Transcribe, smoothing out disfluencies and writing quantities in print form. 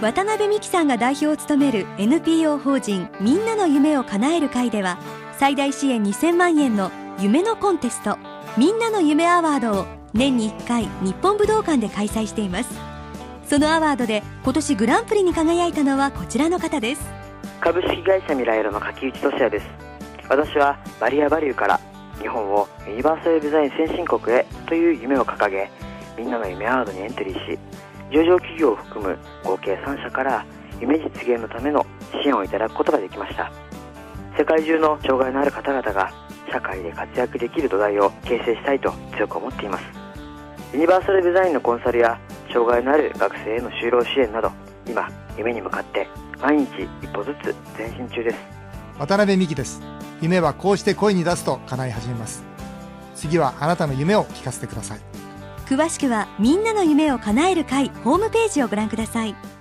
渡辺美希さんが代表を務める NPO 法人みんなの夢を叶える会では、最大支援2000万円の夢のコンテスト、みんなの夢アワードを年に1回日本武道館で開催しています。そのアワードで今年グランプリに輝いたのはこちらの方です。 株式会社ミライロの柿内俊也です。私はバリアバリューから日本をユニバーサルデザイン先進国へという夢を掲げ、みんなの夢アワードにエントリーし、上場企業を含む合計3社から夢実現のための支援をいただくことができました。世界中の障害のある方々が社会で活躍できる土台を形成したいと強く思っています。ユニバーサルデザインのコンサルや障害のある学生への就労支援など、今夢に向かって毎日一歩ずつ前進中です。 渡辺美希です。夢はこうして声に出すと叶い始めます。次はあなたの夢を聞かせてください。 詳しくはみんなの夢を叶える会ホームページをご覧ください。